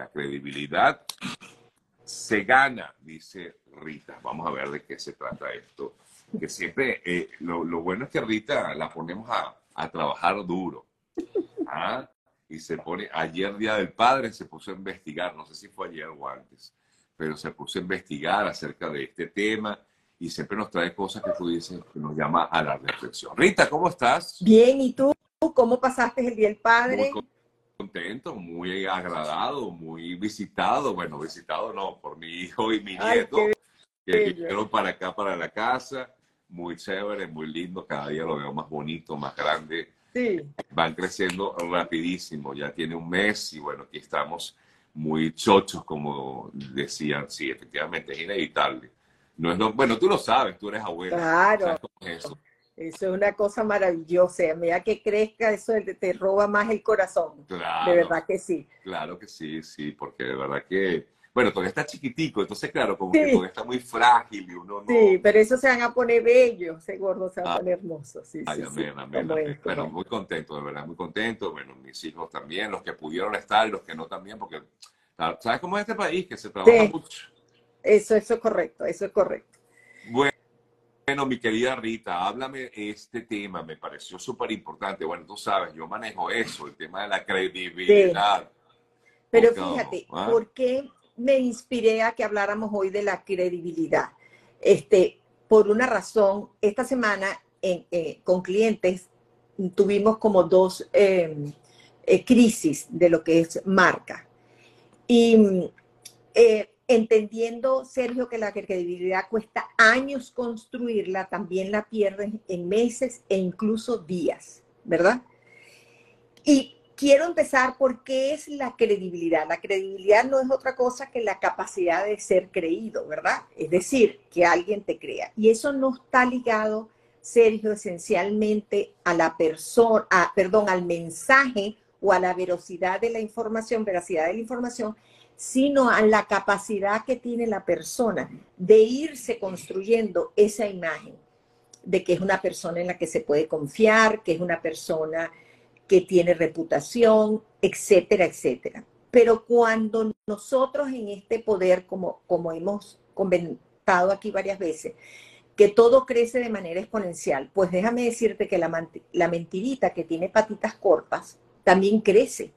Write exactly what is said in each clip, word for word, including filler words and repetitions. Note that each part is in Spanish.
la credibilidad se gana, dice Rita. Vamos a ver de qué se trata esto. Que siempre, eh, lo, lo bueno es que Rita la ponemos a, a trabajar duro. ¿Ah? Y se pone, ayer Día del Padre se puso a investigar, no sé si fue ayer o antes, pero se puso a investigar acerca de este tema y siempre nos trae cosas que tú dices, que nos llama a la reflexión. Rita, ¿cómo estás? Bien, ¿y tú? ¿Cómo pasaste el Día del Muy Padre? contento, muy agradado, muy visitado, bueno, visitado no, por mi hijo y mi Ay, qué nieto, que bello. vinieron para acá, para la casa, muy chévere, muy lindo, cada día lo veo más bonito, más grande. Sí. Van creciendo rapidísimo, ya tiene un mes y bueno, aquí estamos muy chochos, como decían, sí, efectivamente, es inevitable. No es lo, bueno, tú lo sabes, tú eres abuela, Claro, ¿sabes cómo es eso? eso es una cosa maravillosa. A medida que crezca, eso te te roba más el corazón. De Claro, verdad que sí. claro que sí, sí, porque de verdad que, bueno, todavía está chiquitico, entonces claro, como que Sí, todavía está muy frágil y uno sí, no... pero eso se van a poner bellos, ese gordo se va a poner hermoso. Sí, Ay, sí, sí. amén, amén, Como amén. es, como Bueno, es. muy contento, de verdad, muy contento. Bueno, mis hijos también, los que pudieron estar y los que no también, porque, ¿sabes cómo es este país? Que se trabaja Sí, mucho. eso, eso es correcto, eso es correcto. Bueno, Bueno, mi querida Rita, háblame este tema, me pareció súper importante. Bueno, tú sabes, yo manejo eso, el tema de la Sí. credibilidad. Pero Porque, fíjate, ¿ah? ¿por qué me inspiré a que habláramos hoy de la credibilidad? Este, por una razón, esta semana en, eh, con clientes tuvimos como dos eh, eh, crisis de lo que es marca. Y eh, entendiendo, Sergio, que la credibilidad cuesta años construirla, también la pierden en meses e incluso días, ¿verdad? Y quiero empezar por qué es la credibilidad. La credibilidad no es otra cosa que la capacidad de ser creído, ¿verdad? Es decir, que alguien te crea. Y eso no está ligado, Sergio, esencialmente a la persona, perdón, al mensaje o a la veracidad de la información, veracidad de la información, sino a la capacidad que tiene la persona de irse construyendo esa imagen de que es una persona en la que se puede confiar, que es una persona que tiene reputación, etcétera, etcétera. Pero cuando nosotros en este poder, como, como hemos comentado aquí varias veces, que todo crece de manera exponencial, pues déjame decirte que la, la mentirita que tiene patitas cortas también crece.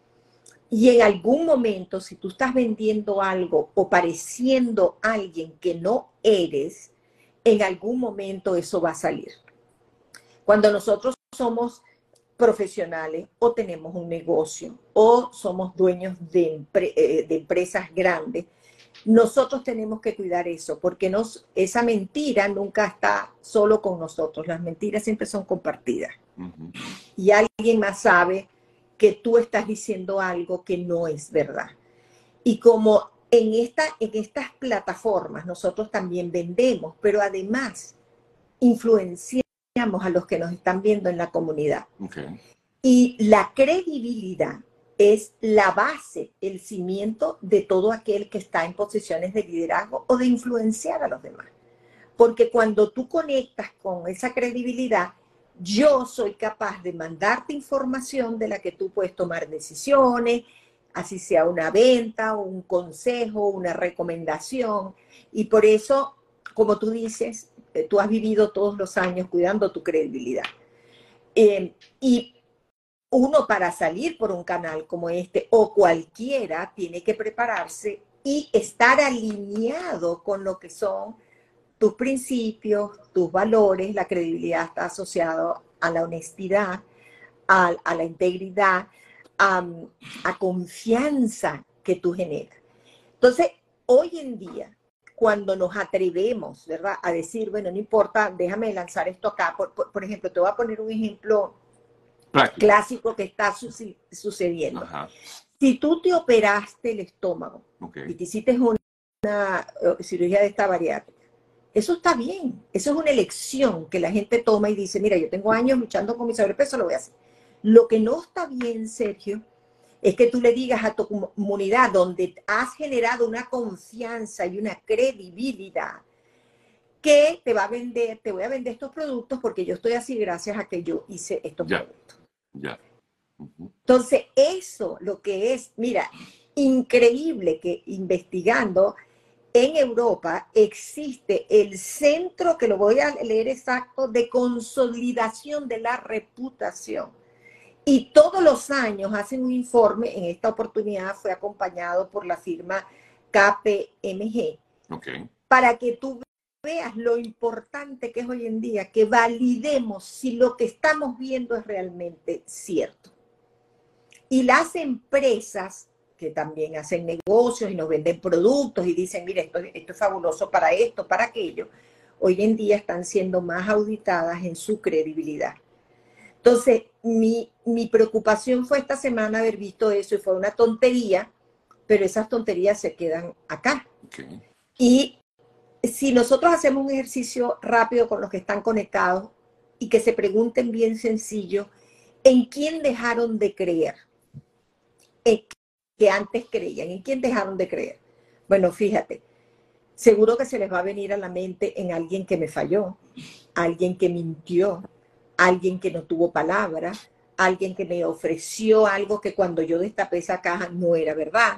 Y en algún momento, si tú estás vendiendo algo o pareciendo alguien que no eres, en algún momento eso va a salir. Cuando nosotros somos profesionales o tenemos un negocio o somos dueños de, empre eh, de empresas grandes, nosotros tenemos que cuidar eso, porque nos, esa mentira nunca está solo con nosotros, las mentiras siempre son compartidas. Uh-huh. Y alguien más sabe que tú estás diciendo algo que no es verdad. Y como en, esta, en estas plataformas nosotros también vendemos, pero además influenciamos a los que nos están viendo en la comunidad. Okay. Y la credibilidad es la base, el cimiento de todo aquel que está en posiciones de liderazgo o de influenciar a los demás. Porque cuando tú conectas con esa credibilidad, yo soy capaz de mandarte información de la que tú puedes tomar decisiones, así sea una venta, un consejo, una recomendación. Y por eso, como tú dices, tú has vivido todos los años cuidando tu credibilidad. Eh, y uno para salir por un canal como este o cualquiera tiene que prepararse y estar alineado con lo que son tus principios, tus valores. La credibilidad está asociada a la honestidad, a, a la integridad, a, a confianza que tú generas. Entonces, hoy en día, cuando nos atrevemos, ¿verdad?, a decir, bueno, no importa, déjame lanzar esto acá. Por, por, por ejemplo, te voy a poner un ejemplo Práctico. clásico que está su sucediendo. Ajá. Si tú te operaste el estómago, okay, y te hiciste una, una cirugía de esta bariátrica, eso está bien, eso es una elección que la gente toma y dice, mira, yo tengo años luchando con mi sobrepeso, lo voy a hacer. Lo que no está bien, Sergio, es que tú le digas a tu comunidad donde has generado una confianza y una credibilidad que te va a vender, te voy a vender estos productos porque yo estoy así gracias a que yo hice estos ya, productos. Ya. Uh-huh. Entonces, eso lo que es, mira, increíble que investigando en Europa existe el centro, que lo voy a leer exacto, de consolidación de la reputación. Y todos los años hacen un informe, en esta oportunidad fue acompañado por la firma K P M G, Okay. para que tú veas lo importante que es hoy en día, que validemos si lo que estamos viendo es realmente cierto. Y las empresas que también hacen negocios y nos venden productos y dicen, mira, esto, esto es fabuloso para esto, para aquello, hoy en día están siendo más auditadas en su credibilidad. Entonces, mi, mi preocupación fue esta semana haber visto eso y fue una tontería, pero esas tonterías se quedan acá. Okay. Y si nosotros hacemos un ejercicio rápido con los que están conectados y que se pregunten bien sencillo, ¿en quién dejaron de creer? ¿En que antes creían? ¿En quién dejaron de creer? Bueno, fíjate, seguro que se les va a venir a la mente en alguien que me falló, alguien que mintió, alguien que no tuvo palabra, alguien que me ofreció algo que cuando yo destapé esa caja no era verdad.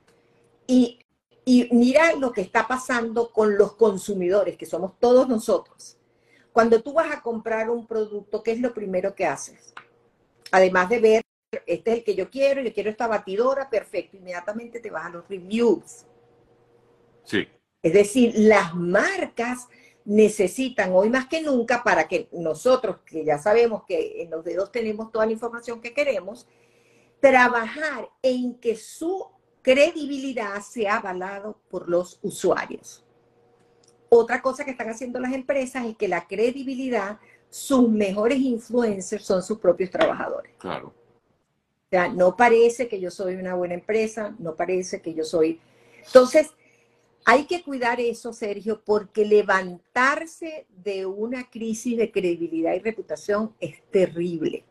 Y, y mira lo que está pasando con los consumidores, que somos todos nosotros. Cuando tú vas a comprar un producto, ¿qué es lo primero que haces? Además de ver, este es el que yo quiero, yo quiero esta batidora, perfecto, inmediatamente te vas a los reviews. Sí. Es decir, las marcas necesitan hoy más que nunca, para que nosotros, que ya sabemos que en los dedos tenemos toda la información que queremos, trabajar en que su credibilidad sea avalado por los usuarios. Otra cosa que están haciendo las empresas es que la credibilidad, sus mejores influencers son sus propios trabajadores. Claro. O sea, no parece que yo soy una buena empresa, no parece que yo soy... Entonces, hay que cuidar eso, Sergio, porque levantarse de una crisis de credibilidad y reputación es terrible.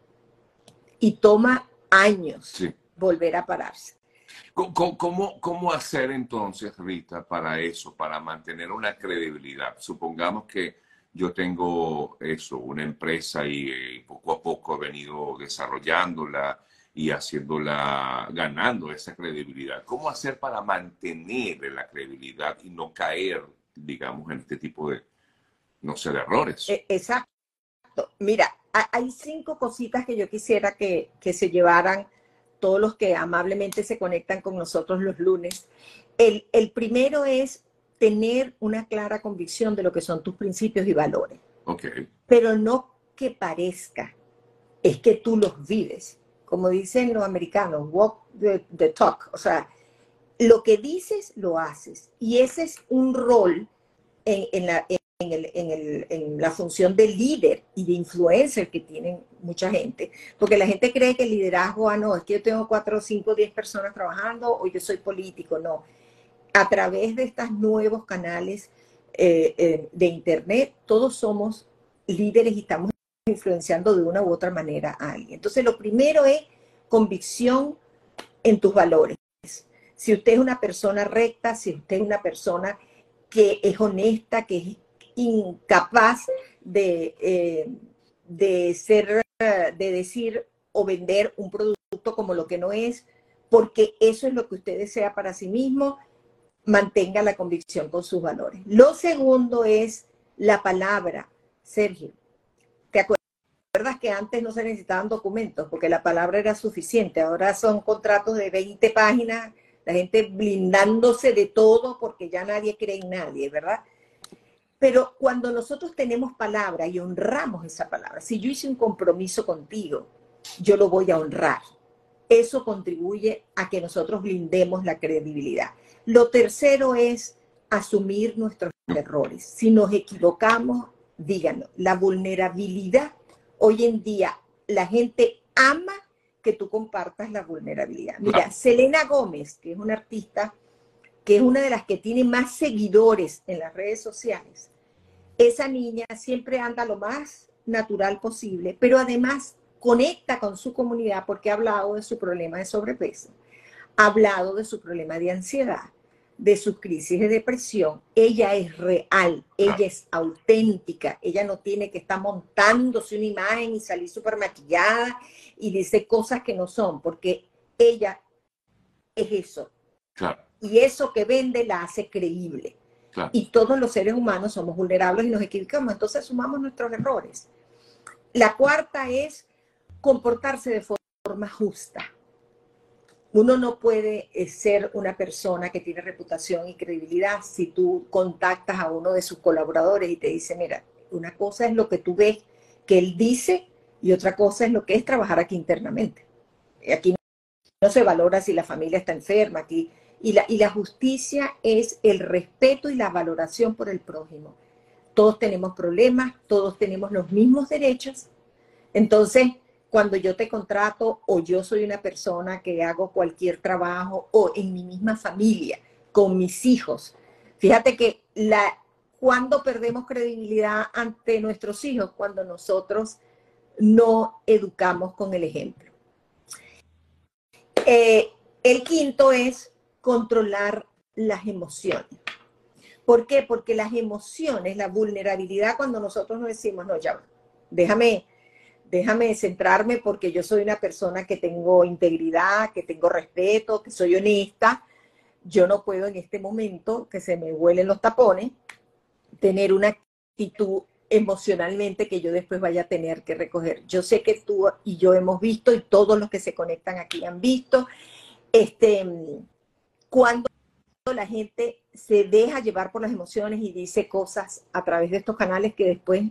Y toma años Sí. volver a pararse. ¿Cómo, cómo, ¿Cómo hacer entonces, Rita, para eso, para mantener una credibilidad? Supongamos que yo tengo eso, una empresa y eh, poco a poco he venido desarrollándola y haciéndola, ganando esa credibilidad. ¿Cómo hacer para mantener la credibilidad y no caer, digamos, en este tipo de, no sé, de errores? Exacto. Mira, hay cinco cositas que yo quisiera que, que se llevaran todos los que amablemente se conectan con nosotros los lunes. El, el primero es tener una clara convicción de lo que son tus principios y valores. Okay. Pero no que parezca, es que tú los vives. Como dicen los americanos, walk the, the talk. O sea, lo que dices, lo haces. Y ese es un rol en, en, la, en, el, en, el, en la función de líder y de influencer que tienen mucha gente. Porque la gente cree que el liderazgo, ah, no, es que yo tengo cuatro, cinco, diez personas trabajando o yo soy político. No. A través de estos nuevos canales eh, eh, de Internet, todos somos líderes y estamos influenciando de una u otra manera a alguien. Entonces, lo primero es convicción en tus valores. Si usted es una persona recta, si usted es una persona que es honesta, que es incapaz de, eh, de ser, de decir o vender un producto como lo que no es, porque eso es lo que usted desea para sí mismo, mantenga la convicción con sus valores. Lo segundo es la palabra. Sergio, ¿te acuerdas que antes no se necesitaban documentos porque la palabra era suficiente? Ahora son contratos de veinte páginas, la gente blindándose de todo porque ya nadie cree en nadie, ¿verdad? Pero cuando nosotros tenemos palabra y honramos esa palabra, si yo hice un compromiso contigo, yo lo voy a honrar. Eso contribuye a que nosotros blindemos la credibilidad. Lo tercero es asumir nuestros errores. Si nos equivocamos, díganlo. La vulnerabilidad, hoy en día, la gente ama que tú compartas la vulnerabilidad. Mira, Selena Gómez, que es una artista, que es una de las que tiene más seguidores en las redes sociales, esa niña siempre anda lo más natural posible, pero además conecta con su comunidad porque ha hablado de su problema de sobrepeso, ha hablado de su problema de ansiedad, de sus crisis de depresión. Ella es real, ella es auténtica, ella no tiene que estar montándose una imagen y salir súper maquillada y dice cosas que no son, porque ella es eso, Claro. Y eso que vende la hace creíble. Claro. Y todos los seres humanos somos vulnerables y nos equivocamos, entonces sumamos nuestros errores. La cuarta es comportarse de forma justa. Uno no puede ser una persona que tiene reputación y credibilidad si tú contactas a uno de sus colaboradores y te dice, mira, una cosa es lo que tú ves que él dice y otra cosa es lo que es trabajar aquí internamente. Aquí no se valora si la familia está enferma, aquí. Y la, y la justicia es el respeto y la valoración por el prójimo. Todos tenemos problemas, todos tenemos los mismos derechos. Entonces, cuando yo te contrato o yo soy una persona que hago cualquier trabajo o en mi misma familia, con mis hijos, fíjate que la, cuando perdemos credibilidad ante nuestros hijos, cuando nosotros no educamos con el ejemplo. Eh, el quinto es controlar las emociones. ¿Por qué? Porque las emociones, la vulnerabilidad, cuando nosotros nos decimos, no, ya, déjame, déjame centrarme porque yo soy una persona que tengo integridad, que tengo respeto, que soy honesta, yo no puedo en este momento, que se me huelen los tapones, tener una actitud emocionalmente que yo después vaya a tener que recoger. Yo sé que tú y yo hemos visto, y todos los que se conectan aquí han visto, este, cuando la gente se deja llevar por las emociones y dice cosas a través de estos canales que después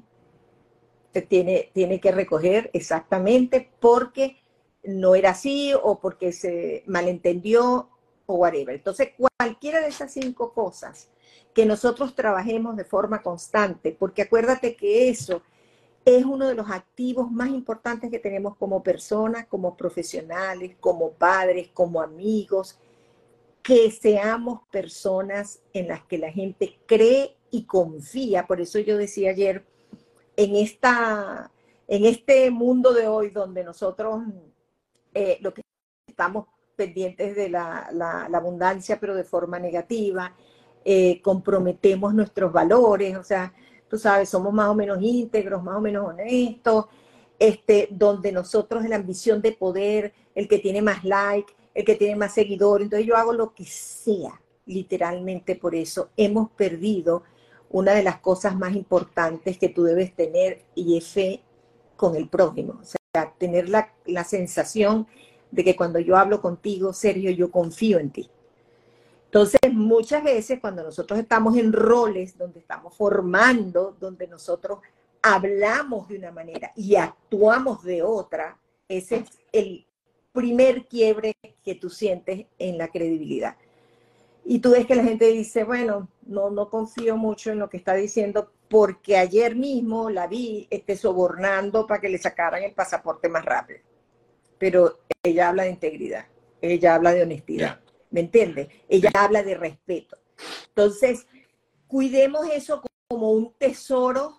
tiene, tiene que recoger exactamente porque no era así o porque se malentendió o whatever. Entonces, cualquiera de esas cinco cosas que nosotros trabajemos de forma constante, porque acuérdate que eso es uno de los activos más importantes que tenemos como personas, como profesionales, como padres, como amigos, que seamos personas en las que la gente cree y confía. Por eso yo decía ayer, en, esta, en este mundo de hoy donde nosotros eh, lo que estamos pendientes de la, la, la abundancia, pero de forma negativa, eh, comprometemos nuestros valores, o sea, tú sabes, somos más o menos íntegros, más o menos honestos, este, donde nosotros la ambición de poder, el que tiene más like, el que tiene más seguidores, entonces yo hago lo que sea, literalmente por eso hemos perdido una de las cosas más importantes que tú debes tener y es fe con el prójimo, o sea, tener la, la sensación de que cuando yo hablo contigo, Sergio, yo confío en ti. Entonces, muchas veces cuando nosotros estamos en roles donde estamos formando, donde nosotros hablamos de una manera y actuamos de otra, ese es el primer quiebre que tú sientes en la credibilidad. Y tú ves que la gente dice, bueno, no, no confío mucho en lo que está diciendo porque ayer mismo la vi este, sobornando para que le sacaran el pasaporte más rápido. Pero ella habla de integridad, ella habla de honestidad, yeah. ¿Me entiendes? Ella sí. habla de respeto. Entonces, cuidemos eso como un tesoro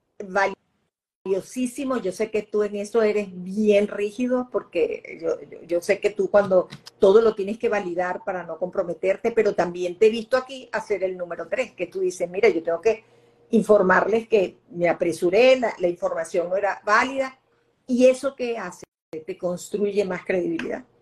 valiosísimo. Yo sé que tú en eso eres bien rígido, porque yo, yo, yo sé que tú cuando todo lo tienes que validar para no comprometerte, pero también te he visto aquí hacer el número tres, que tú dices, mira, yo tengo que informarles que me apresuré, la, la información no era válida, y eso ¿qué hace? Te construye más credibilidad.